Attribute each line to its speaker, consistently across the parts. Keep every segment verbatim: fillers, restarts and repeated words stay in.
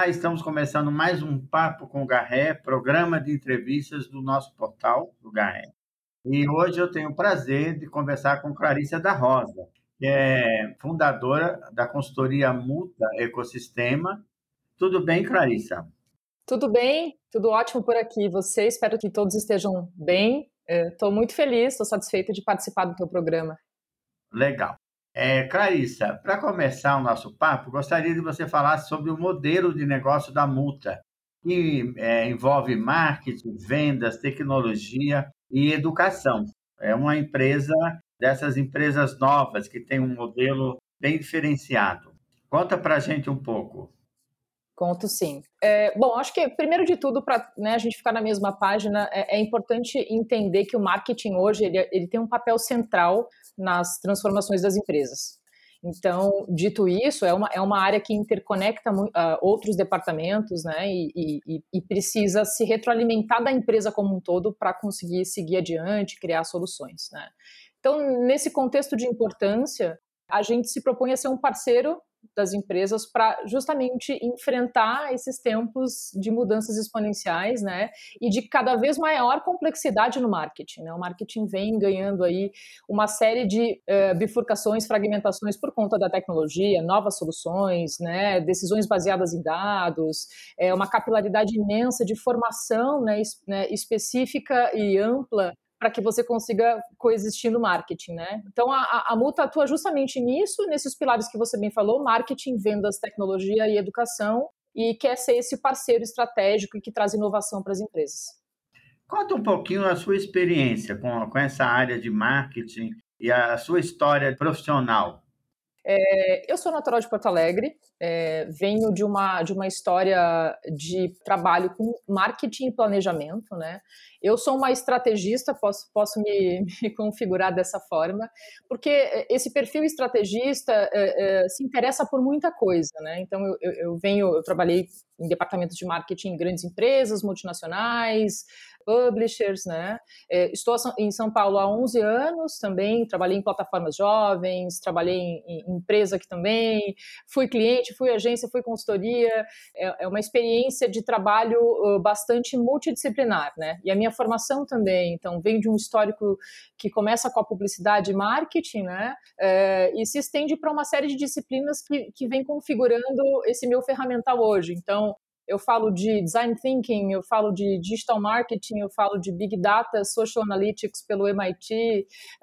Speaker 1: Olá, estamos começando mais um Papo com o Garré, programa de entrevistas do nosso portal, do Garré. E hoje eu tenho o prazer de conversar com Clarissa da Rosa, que é fundadora da consultoria Muta Ecosistema. Tudo bem, Clarissa?
Speaker 2: Tudo bem, tudo ótimo por aqui. Você, espero que todos estejam bem. Estou muito feliz, estou satisfeita de participar do teu programa.
Speaker 1: Legal. É, Clarissa, para começar o nosso papo, gostaria de você falar sobre o modelo de negócio da Muta, que é, envolve marketing, vendas, tecnologia e educação. É uma empresa dessas empresas novas que tem um modelo bem diferenciado. Conta para a gente um pouco.
Speaker 2: Conto sim. É, bom, acho que, primeiro de tudo, para né, a gente ficar na mesma página, é, é importante entender que o marketing hoje ele, ele tem um papel central nas transformações das empresas. Então, dito isso, é uma, é uma área que interconecta uh, outros departamentos, né, e, e, e precisa se retroalimentar da empresa como um todo para conseguir seguir adiante, criar soluções, né. Então, nesse contexto de importância, a gente se propõe a ser um parceiro das empresas para justamente enfrentar esses tempos de mudanças exponenciais, né, e de cada vez maior complexidade no marketing, né. O marketing vem ganhando aí uma série de uh, bifurcações, fragmentações por conta da tecnologia, novas soluções, né, decisões baseadas em dados, é uma capilaridade imensa de formação, né, es, né, específica e ampla para que você consiga coexistir no marketing, né? Então, a, a Muta atua justamente nisso, nesses pilares que você bem falou, marketing, vendas, tecnologia e educação, e quer ser esse parceiro estratégico e que traz inovação para as empresas.
Speaker 1: Conta um pouquinho a sua experiência com, com essa área de marketing e a sua história profissional.
Speaker 2: É, eu sou natural de Porto Alegre, é, venho de uma, de uma história de trabalho com marketing e planejamento, né? Eu sou uma estrategista, posso, posso me, me configurar dessa forma, porque esse perfil estrategista é, é, se interessa por muita coisa, né? Então, eu, eu, eu venho, eu trabalhei em departamentos de marketing em grandes empresas, multinacionais, publishers, né? É, estou em São Paulo há onze anos também, trabalhei em plataformas jovens, trabalhei em, em empresa aqui também, fui cliente, fui agência, fui consultoria, é, é uma experiência de trabalho uh, bastante multidisciplinar, né? E a minha formação também, então, vem de um histórico que começa com a publicidade e marketing, né? É, e se estende para uma série de disciplinas que, que vem configurando esse meu ferramental hoje. Então, eu falo de design thinking, eu falo de digital marketing, eu falo de big data, social analytics pelo M I T,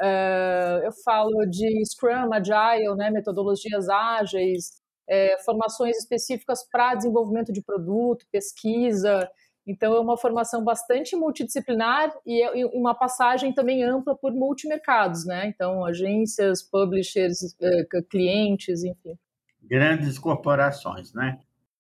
Speaker 2: uh, eu falo de Scrum, Agile, né, metodologias ágeis, é, formações específicas para desenvolvimento de produto, pesquisa. Então, é uma formação bastante multidisciplinar e uma passagem também ampla por multimercados, né? Então, agências, publishers, clientes, enfim.
Speaker 1: Grandes corporações, né?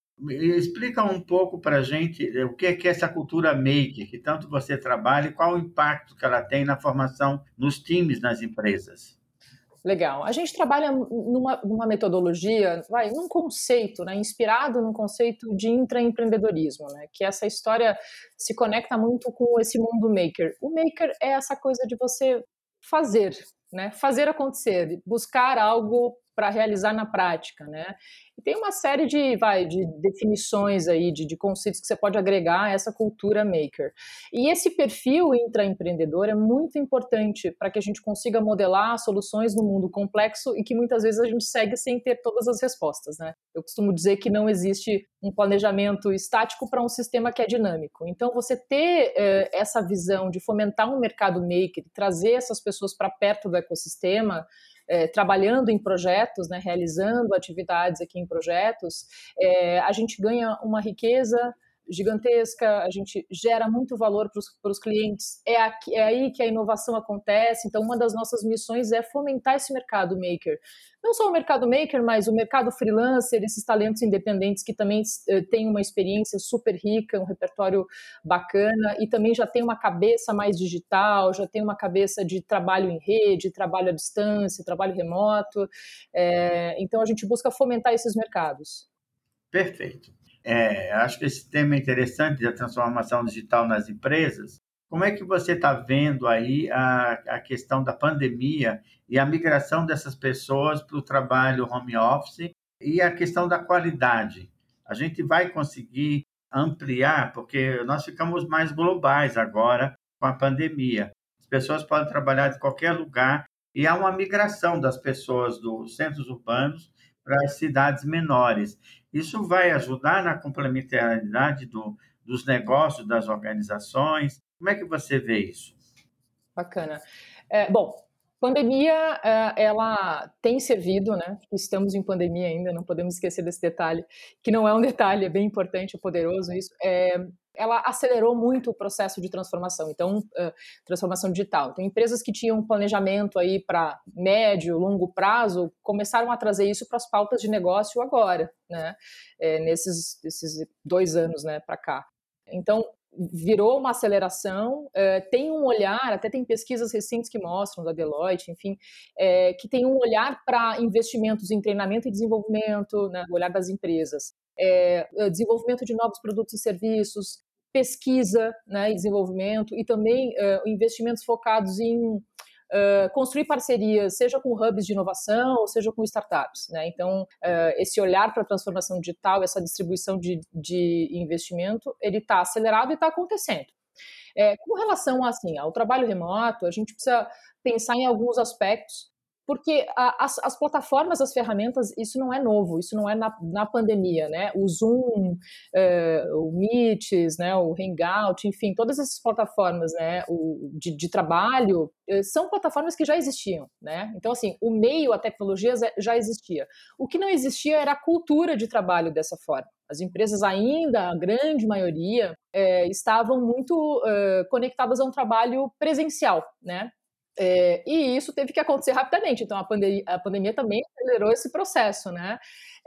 Speaker 1: Explica um pouco para a gente o que é essa cultura maker, que tanto você trabalha, e qual o impacto que ela tem na formação nos times nas empresas.
Speaker 2: Legal. A gente trabalha numa, numa metodologia, vai, num conceito, né, inspirado num conceito de intraempreendedorismo, né, que essa história se conecta muito com esse mundo maker. O maker é essa coisa de você fazer, né, fazer acontecer, buscar algo para realizar na prática, né? E tem uma série de, vai, de definições aí, de, de conceitos que você pode agregar a essa cultura maker. E esse perfil intraempreendedor é muito importante para que a gente consiga modelar soluções no mundo complexo e que muitas vezes a gente segue sem ter todas as respostas, né? Eu costumo dizer que não existe um planejamento estático para um sistema que é dinâmico. Então, você ter eh, essa visão de fomentar um mercado maker, trazer essas pessoas para perto do ecossistema, É, trabalhando em projetos, né, realizando atividades aqui em projetos, é, a gente ganha uma riqueza gigantesca, a gente gera muito valor para os clientes, é, aqui, é aí que a inovação acontece. Então, uma das nossas missões é fomentar esse mercado maker. Não só o mercado maker, mas o mercado freelancer, esses talentos independentes que também eh, têm uma experiência super rica, um repertório bacana e também já tem uma cabeça mais digital, já tem uma cabeça de trabalho em rede, trabalho à distância, trabalho remoto. É, então, a gente busca fomentar esses mercados.
Speaker 1: Perfeito. É, acho que esse tema é interessante da transformação digital nas empresas. Como é que você está vendo aí a, a questão da pandemia e a migração dessas pessoas para o trabalho home office e a questão da qualidade? A gente vai conseguir ampliar, porque nós ficamos mais globais agora com a pandemia. As pessoas podem trabalhar de qualquer lugar e há uma migração das pessoas dos centros urbanos para as cidades menores. Isso vai ajudar na complementaridade do, dos negócios, das organizações. Como é que você vê isso?
Speaker 2: Bacana. É, bom, pandemia, eh, ela tem servido, né, estamos em pandemia ainda, não podemos esquecer desse detalhe, que não é um detalhe, é bem importante, é poderoso isso, eh, ela acelerou muito o processo de transformação, então, hã, transformação digital. Então, empresas que tinham um planejamento aí para médio, longo prazo, começaram a trazer isso para as pautas de negócio agora, né, eh, nesses esses dois anos, né, para cá. Então, virou uma aceleração, eh, tem um olhar, até tem pesquisas recentes que mostram, da Deloitte, enfim, eh, que tem um olhar para investimentos em treinamento e desenvolvimento, né, o olhar das empresas, eh, desenvolvimento de novos produtos e serviços, pesquisa, né, e desenvolvimento, e também eh, investimentos focados em Uh, construir parcerias, seja com hubs de inovação, ou seja com startups, né? Então, uh, esse olhar para a transformação digital, essa distribuição de, de investimento, ele está acelerado e está acontecendo. É, com relação assim, ao trabalho remoto, a gente precisa pensar em alguns aspectos, porque a, as, as, plataformas, as ferramentas, isso não é novo, isso não é na, na pandemia, né? O Zoom, é, o Meets, né? O Hangout, enfim, todas essas plataformas, né? O, de, de trabalho, são plataformas que já existiam, né? Então, assim, o meio, a tecnologia já existia. O que não existia era a cultura de trabalho dessa forma. As empresas ainda, a grande maioria, é, estavam muito é, conectadas a um trabalho presencial, né? É, e isso teve que acontecer rapidamente, então a pandemia, a pandemia também acelerou esse processo, né?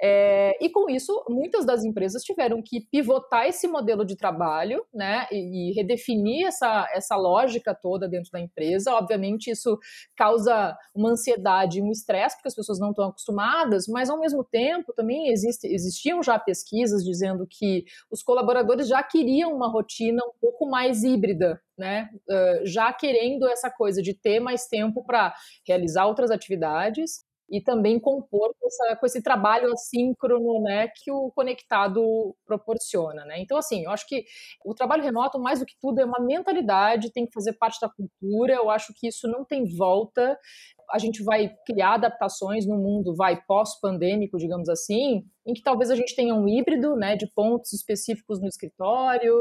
Speaker 2: É, e com isso, muitas das empresas tiveram que pivotar esse modelo de trabalho, né? E, e redefinir essa, essa lógica toda dentro da empresa. Obviamente, isso causa uma ansiedade e um estresse, porque as pessoas não estão acostumadas, mas ao mesmo tempo também existe, existiam já pesquisas dizendo que os colaboradores já queriam uma rotina um pouco mais híbrida, né? Uh, já querendo essa coisa de ter mais tempo para realizar outras atividades e também compor com, essa, com esse trabalho assíncrono, né, que o conectado proporciona, né? Então, assim, eu acho que o trabalho remoto, mais do que tudo, é uma mentalidade, tem que fazer parte da cultura, eu acho que isso não tem volta. A gente vai criar adaptações no mundo, vai pós-pandêmico, digamos assim, em que talvez a gente tenha um híbrido, né, de pontos específicos no escritório,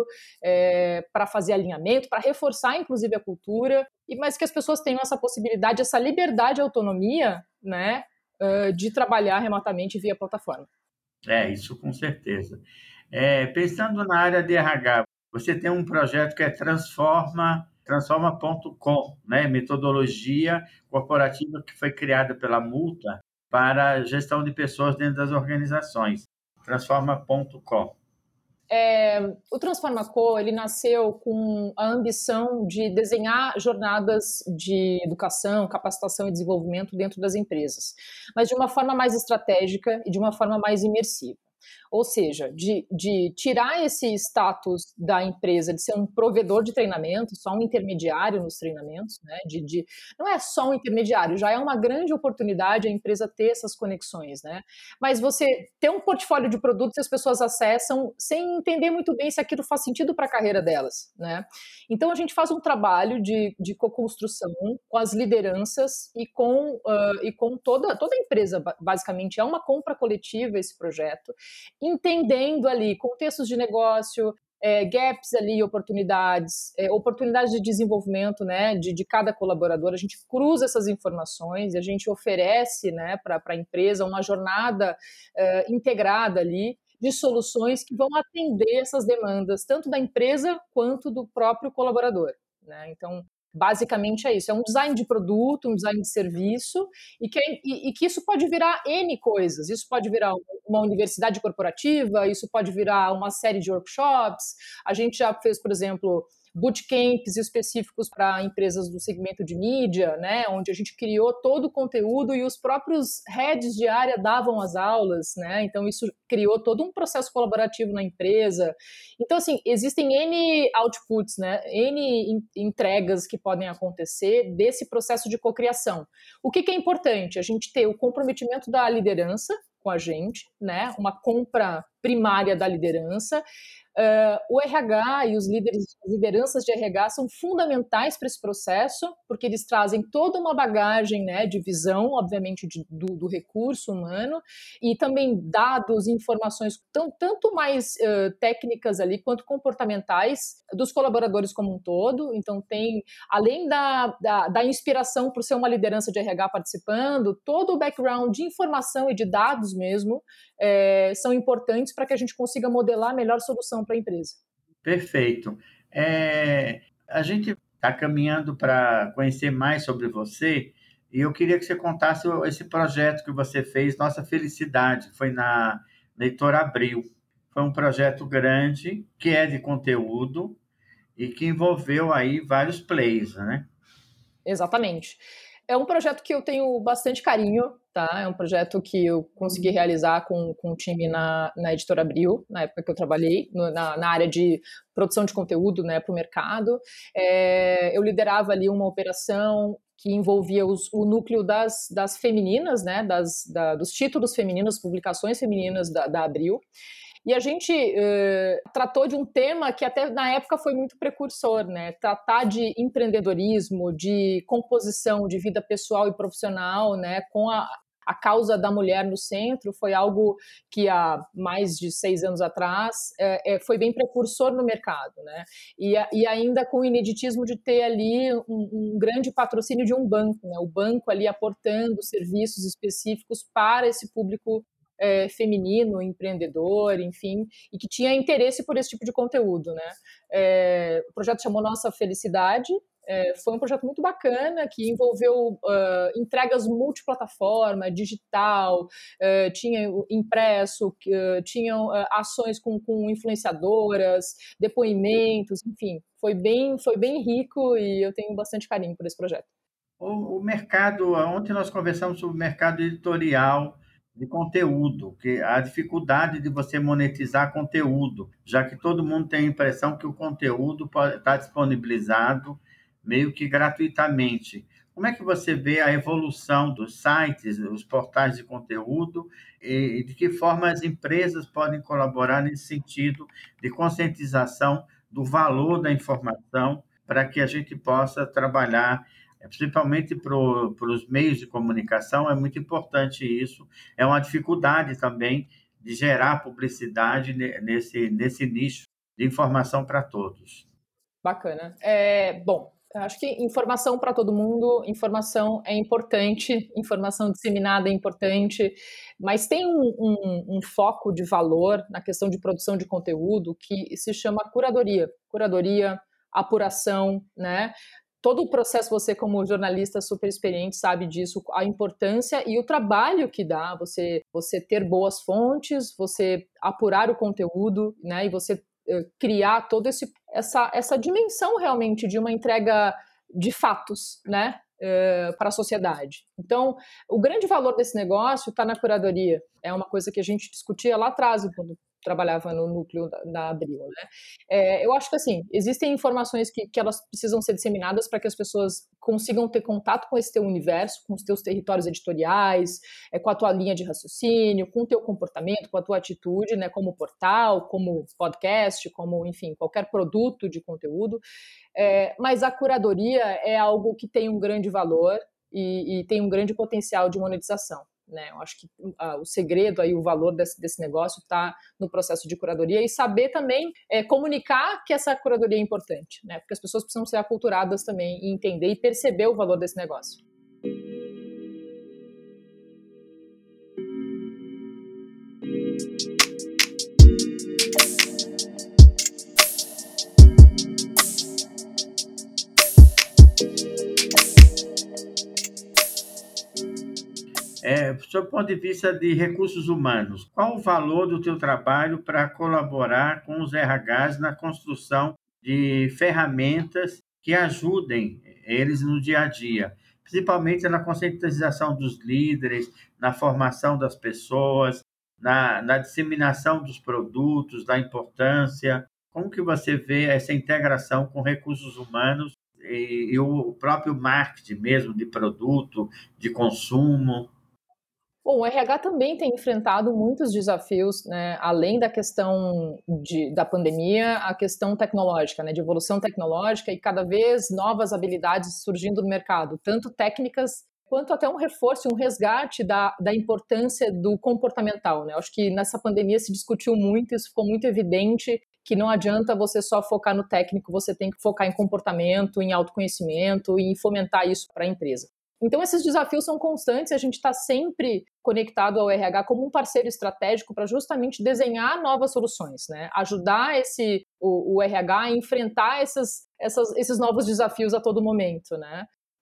Speaker 2: é, para fazer alinhamento, para reforçar, inclusive, a cultura, e mas que as pessoas tenham essa possibilidade, essa liberdade e autonomia, né, uh, de trabalhar remotamente via plataforma.
Speaker 1: É, isso com certeza. É, pensando na área de R H, você tem um projeto que é Transforma, transforma ponto com, né? Metodologia corporativa que foi criada pela Multa para gestão de pessoas dentro das organizações. transforma ponto com.
Speaker 2: É, o Transformaco, ele nasceu com a ambição de desenhar jornadas de educação, capacitação e desenvolvimento dentro das empresas, mas de uma forma mais estratégica e de uma forma mais imersiva. Ou seja, de, de tirar esse status da empresa de ser um provedor de treinamento, só um intermediário nos treinamentos, né? De, de, não é só um intermediário, já é uma grande oportunidade a empresa ter essas conexões, né? Mas você ter um portfólio de produtos que as pessoas acessam sem entender muito bem se aquilo faz sentido para a carreira delas, né? Então a gente faz um trabalho de, de co-construção com as lideranças e com, uh, e com toda, toda a empresa, basicamente. É uma compra coletiva esse projeto, entendendo ali contextos de negócio, é, gaps ali, oportunidades, é, oportunidades de desenvolvimento, né, de, de cada colaborador. A gente cruza essas informações e a gente oferece, né, para a empresa uma jornada é, integrada ali de soluções que vão atender essas demandas, tanto da empresa quanto do próprio colaborador, né? Então, basicamente é isso, é um design de produto, um design de serviço, e que, e, e que isso pode virar N coisas, isso pode virar uma universidade corporativa, isso pode virar uma série de workshops, a gente já fez, por exemplo, bootcamps específicos para empresas do segmento de mídia, né, onde a gente criou todo o conteúdo e os próprios heads de área davam as aulas, né, então isso criou todo um processo colaborativo na empresa. Então, assim, existem N outputs, né, N entregas que podem acontecer desse processo de cocriação. O que, que é importante? A gente ter o comprometimento da liderança com a gente, né, uma compra primária da liderança. Uh, o R H e os líderes, as lideranças de R H são fundamentais para esse processo, porque eles trazem toda uma bagagem, né, de visão, obviamente, de, do, do recurso humano, e também dados, informações tão, tanto mais uh, técnicas ali, quanto comportamentais dos colaboradores como um todo. Então tem, além da, da, da inspiração por ser uma liderança de R H participando, todo o background de informação e de dados mesmo, É, são importantes para que a gente consiga modelar a melhor solução para a empresa.
Speaker 1: Perfeito. É, a gente está caminhando para conhecer mais sobre você e eu queria que você contasse esse projeto que você fez, Nossa Felicidade, foi na Leitor Abril. Foi um projeto grande, que é de conteúdo e que envolveu aí vários players, né?
Speaker 2: Exatamente. É um projeto que eu tenho bastante carinho, tá? É um projeto que eu consegui realizar com, com o time na, na Editora Abril, na época que eu trabalhei, no, na, na área de produção de conteúdo, né, para o mercado. É, eu liderava ali uma operação que envolvia os, o núcleo das, das femininas, né, das, da, dos títulos femininos, publicações femininas da, da Abril. E a gente uh, tratou de um tema que até na época foi muito precursor, né? Tratar de empreendedorismo, de composição de vida pessoal e profissional, né? Com a, a causa da mulher no centro, foi algo que há mais de seis anos atrás é, é, foi bem precursor no mercado, né? E, e ainda com o ineditismo de ter ali um, um grande patrocínio de um banco, né? O banco ali aportando serviços específicos para esse público é, feminino, empreendedor, enfim, e que tinha interesse por esse tipo de conteúdo, né? É, o projeto chamou Nossa Felicidade. É, foi um projeto muito bacana que envolveu uh, entregas multiplataforma, digital, uh, tinha impresso, uh, tinham uh, ações com, com influenciadoras, depoimentos, enfim, foi bem, foi bem rico e eu tenho bastante carinho por esse projeto.
Speaker 1: O, o mercado, ontem nós conversamos sobre o mercado editorial de conteúdo, que a dificuldade de você monetizar conteúdo, já que todo mundo tem a impressão que o conteúdo pode estar disponibilizado meio que gratuitamente. Como é que você vê a evolução dos sites, os portais de conteúdo, e de que forma as empresas podem colaborar nesse sentido de conscientização do valor da informação para que a gente possa trabalhar principalmente para os meios de comunicação, é muito importante isso. É uma dificuldade também de gerar publicidade nesse, nesse nicho de informação para todos.
Speaker 2: Bacana. É, bom, acho que informação para todo mundo, informação é importante, informação disseminada é importante, mas tem um, um, um foco de valor na questão de produção de conteúdo que se chama curadoria. Curadoria, apuração, né? Todo o processo, você como jornalista super experiente sabe disso, a importância e o trabalho que dá você, você ter boas fontes, você apurar o conteúdo, né, e você uh, criar toda esse, essa, essa dimensão realmente de uma entrega de fatos, né, uh, para a sociedade. Então, o grande valor desse negócio está na curadoria. É uma coisa que a gente discutia lá atrás, quando trabalhava no núcleo da, da Abril, né? É, eu acho que, assim, existem informações que, que elas precisam ser disseminadas para que as pessoas consigam ter contato com esse teu universo, com os teus territórios editoriais, é, com a tua linha de raciocínio, com o teu comportamento, com a tua atitude, né, como portal, como podcast, como, enfim, qualquer produto de conteúdo. É, mas a curadoria é algo que tem um grande valor e, e tem um grande potencial de monetização. Né? Eu acho que uh, o segredo aí, o valor desse, desse negócio está no processo de curadoria e saber também é, comunicar que essa curadoria é importante, né? Porque as pessoas precisam ser aculturadas também e entender e perceber o valor desse negócio.
Speaker 1: É, do seu ponto de vista de recursos humanos, qual o valor do teu trabalho para colaborar com os R Hs na construção de ferramentas que ajudem eles no dia a dia, principalmente na conscientização dos líderes, na formação das pessoas, na, na disseminação dos produtos, da importância? Como que você vê essa integração com recursos humanos e, e o próprio marketing mesmo de produto, de consumo?
Speaker 2: Bom, o R H também tem enfrentado muitos desafios, né, além da questão de, da pandemia, a questão tecnológica, né, de evolução tecnológica e cada vez novas habilidades surgindo no mercado, tanto técnicas quanto até um reforço, um resgate da, da importância do comportamental, né? Acho que nessa pandemia se discutiu muito, isso ficou muito evidente, que não adianta você só focar no técnico, você tem que focar em comportamento, em autoconhecimento e em fomentar isso para a empresa. Então, esses desafios são constantes e a gente está sempre conectado ao R H como um parceiro estratégico para justamente desenhar novas soluções, né? Ajudar esse, o, o R H a enfrentar essas, essas, esses novos desafios a todo momento, né?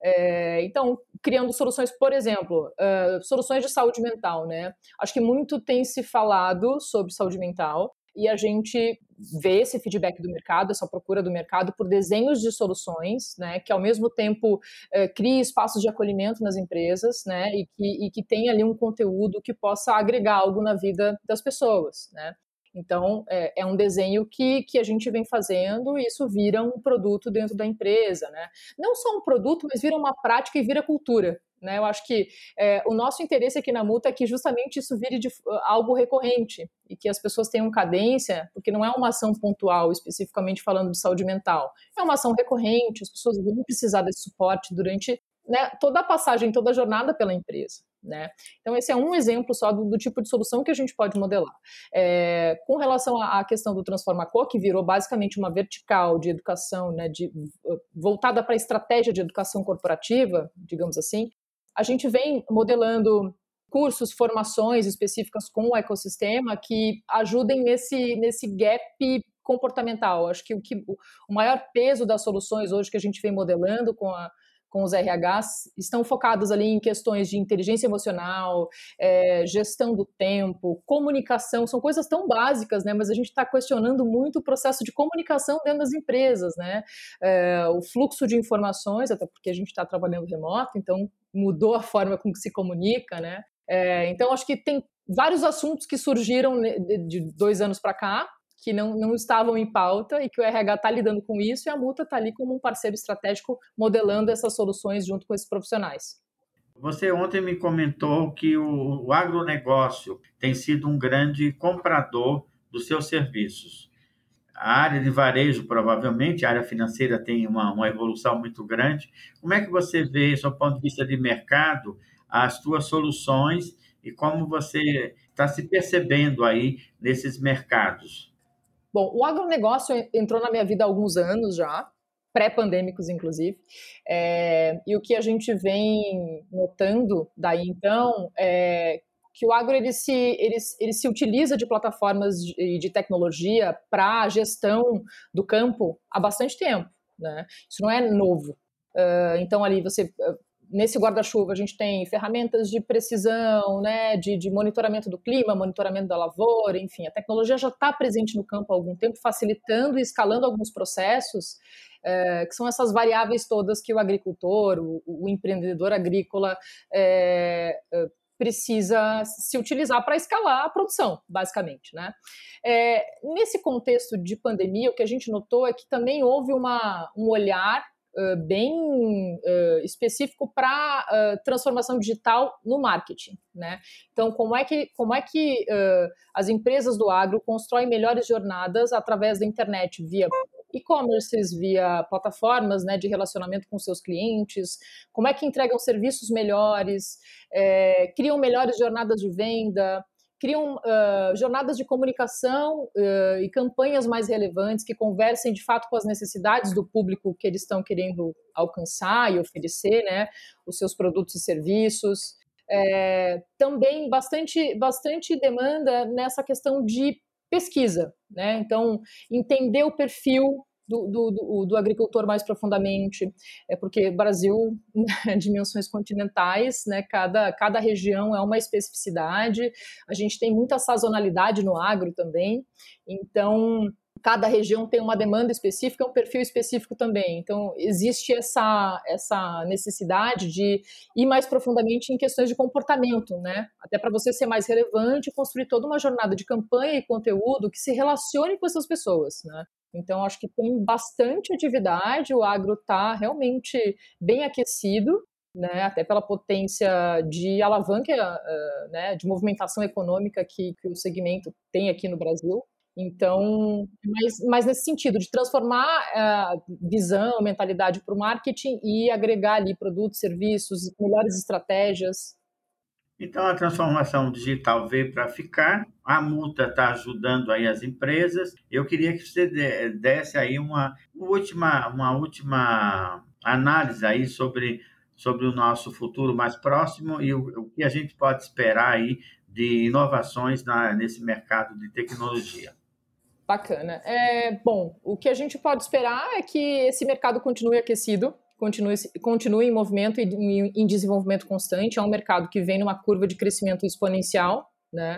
Speaker 2: É, então, criando soluções, por exemplo, uh, soluções de saúde mental, né? Acho que muito tem se falado sobre saúde mental e a gente vê esse feedback do mercado, essa procura do mercado por desenhos de soluções, né, que ao mesmo tempo eh, crie espaços de acolhimento nas empresas, né, e que, e que tenha ali um conteúdo que possa agregar algo na vida das pessoas, né. Então, é, é um desenho que, que a gente vem fazendo e isso vira um produto dentro da empresa, né. Não só um produto, mas vira uma prática e vira cultura, né. Eu acho que é, o nosso interesse aqui na Multa é que justamente isso vire de, algo recorrente e que as pessoas tenham cadência, porque não é uma ação pontual, especificamente falando de saúde mental. É uma ação recorrente, as pessoas vão precisar desse suporte durante, né, toda a passagem, toda a jornada pela empresa, né? Então, esse é um exemplo só do, do tipo de solução que a gente pode modelar. É, com relação à, à questão do TransformaCo, que virou basicamente uma vertical de educação, né, de, voltada para a estratégia de educação corporativa, digamos assim, a gente vem modelando cursos, formações específicas com o ecossistema que ajudem nesse, nesse gap comportamental. Acho que o, que o maior peso das soluções hoje que a gente vem modelando com a com os R Hs, estão focados ali em questões de inteligência emocional, é, gestão do tempo, comunicação, são coisas tão básicas, né? Mas a gente está questionando muito o processo de comunicação dentro das empresas, né? É, o fluxo de informações, até porque a gente está trabalhando remoto, então mudou a forma com que se comunica, né? É, então, acho que tem vários assuntos que surgiram de dois anos para cá, que não, não estavam em pauta e que o R H está lidando com isso e a Multa está ali como um parceiro estratégico modelando essas soluções junto com esses profissionais.
Speaker 1: Você ontem me comentou que o, o agronegócio tem sido um grande comprador dos seus serviços. A área de varejo, provavelmente, a área financeira tem uma, uma evolução muito grande. Como é que você vê, do seu ponto de vista de mercado, as suas soluções e como você está se percebendo aí nesses mercados?
Speaker 2: Bom, o agronegócio entrou na minha vida há alguns anos já, pré-pandêmicos, inclusive, é, e o que a gente vem notando daí então é que o agro ele se, ele, ele se utiliza de plataformas de, de tecnologia para a gestão do campo há bastante tempo, né? Isso não é novo. Uh, então ali você nesse guarda-chuva a gente tem ferramentas de precisão, né, de, de monitoramento do clima, monitoramento da lavoura, enfim, a tecnologia já está presente no campo há algum tempo, facilitando e escalando alguns processos, é, que são essas variáveis todas que o agricultor, o, o empreendedor agrícola é, é, precisa se utilizar para escalar a produção, basicamente, né? É, nesse contexto de pandemia, o que a gente notou é que também houve uma, um olhar Uh, bem uh, específico para uh, transformação digital no marketing, né? Então, como é que, como é que as empresas do agro constroem melhores jornadas através da internet, via e-commerces, via plataformas, né, de relacionamento com seus clientes, como é que entregam serviços melhores, é, criam melhores jornadas de venda, criam uh, jornadas de comunicação uh, e campanhas mais relevantes que conversem de fato com as necessidades do público que eles estão querendo alcançar e oferecer, né, os seus produtos e serviços. É, também bastante, bastante demanda nessa questão de pesquisa, né? Então, entender o perfil do, do, do, do agricultor mais profundamente, é porque o Brasil, né, dimensões continentais, né, cada, cada região é uma especificidade, a gente tem muita sazonalidade no agro também, então cada região tem uma demanda específica, um perfil específico também, então existe essa, essa necessidade de ir mais profundamente em questões de comportamento, né, até para você ser mais relevante e construir toda uma jornada de campanha e conteúdo que se relacione com essas pessoas, né. Então, acho que tem bastante atividade, o agro está realmente bem aquecido né, até pela potência de alavanca, uh, né, de movimentação econômica que, que o segmento tem aqui no Brasil. Então, mas, mas nesse sentido, de transformar a uh, visão, mentalidade para o marketing e agregar ali produtos, serviços, melhores estratégias.
Speaker 1: Então, a transformação digital veio para ficar, a multa está ajudando aí as empresas. Eu queria que você desse aí uma última, uma última análise aí sobre, sobre o nosso futuro mais próximo e o, o que a gente pode esperar aí de inovações na, nesse mercado de tecnologia.
Speaker 2: Bacana. É, bom, o que a gente pode esperar é que esse mercado continue aquecido, continue, continue em movimento e em, em desenvolvimento constante. É um mercado que vem numa curva de crescimento exponencial, né?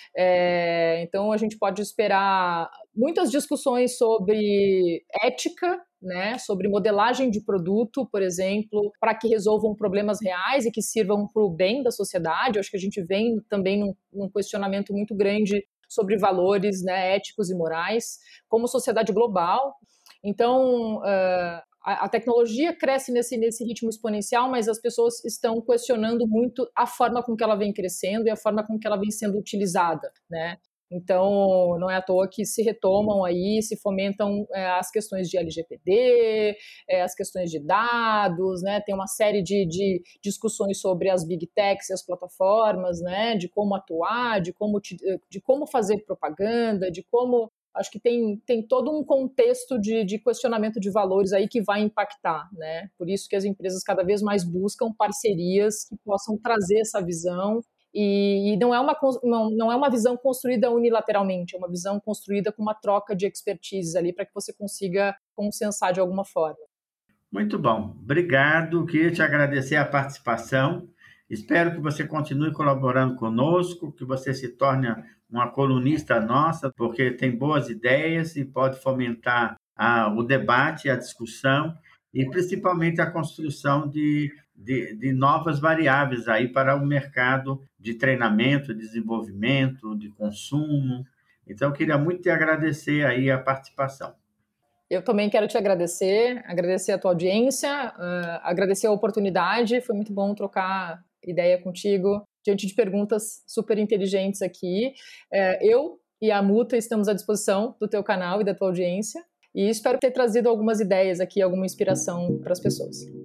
Speaker 2: É, então a gente pode esperar muitas discussões sobre ética, né, sobre modelagem de produto, por exemplo, para que resolvam problemas reais e que sirvam para o bem da sociedade. Eu acho que a gente vem também num, num questionamento muito grande sobre valores, né, éticos e morais, como sociedade global. Então, uh, a, a tecnologia cresce nesse, nesse ritmo exponencial, mas as pessoas estão questionando muito a forma com que ela vem crescendo e a forma com que ela vem sendo utilizada, né? Então, não é à toa que se retomam aí, se fomentam é, as questões de L G P D, é, as questões de dados, né? Tem uma série de, de discussões sobre as big techs e as plataformas, né? De como atuar, de como, de como fazer propaganda, de como... Acho que tem, tem todo um contexto de, de questionamento de valores aí que vai impactar, né? Por isso que as empresas cada vez mais buscam parcerias que possam trazer essa visão. E, e não, é uma, não, não é uma visão construída unilateralmente, é uma visão construída com uma troca de expertise ali para que você consiga consensar de alguma forma.
Speaker 1: Muito bom, obrigado. Queria te agradecer a participação. Espero que você continue colaborando conosco, que você se torne uma colunista nossa, porque tem boas ideias e pode fomentar a, o debate, a discussão e principalmente a construção de, de, de novas variáveis aí para o mercado de treinamento, desenvolvimento, de consumo. Então, queria muito te agradecer aí a participação.
Speaker 2: Eu também quero te agradecer, agradecer a tua audiência, uh, agradecer a oportunidade, foi muito bom trocar ideia contigo, diante de perguntas super inteligentes aqui. Uh, eu e a Muta estamos à disposição do teu canal e da tua audiência, e espero ter trazido algumas ideias aqui, alguma inspiração para as pessoas.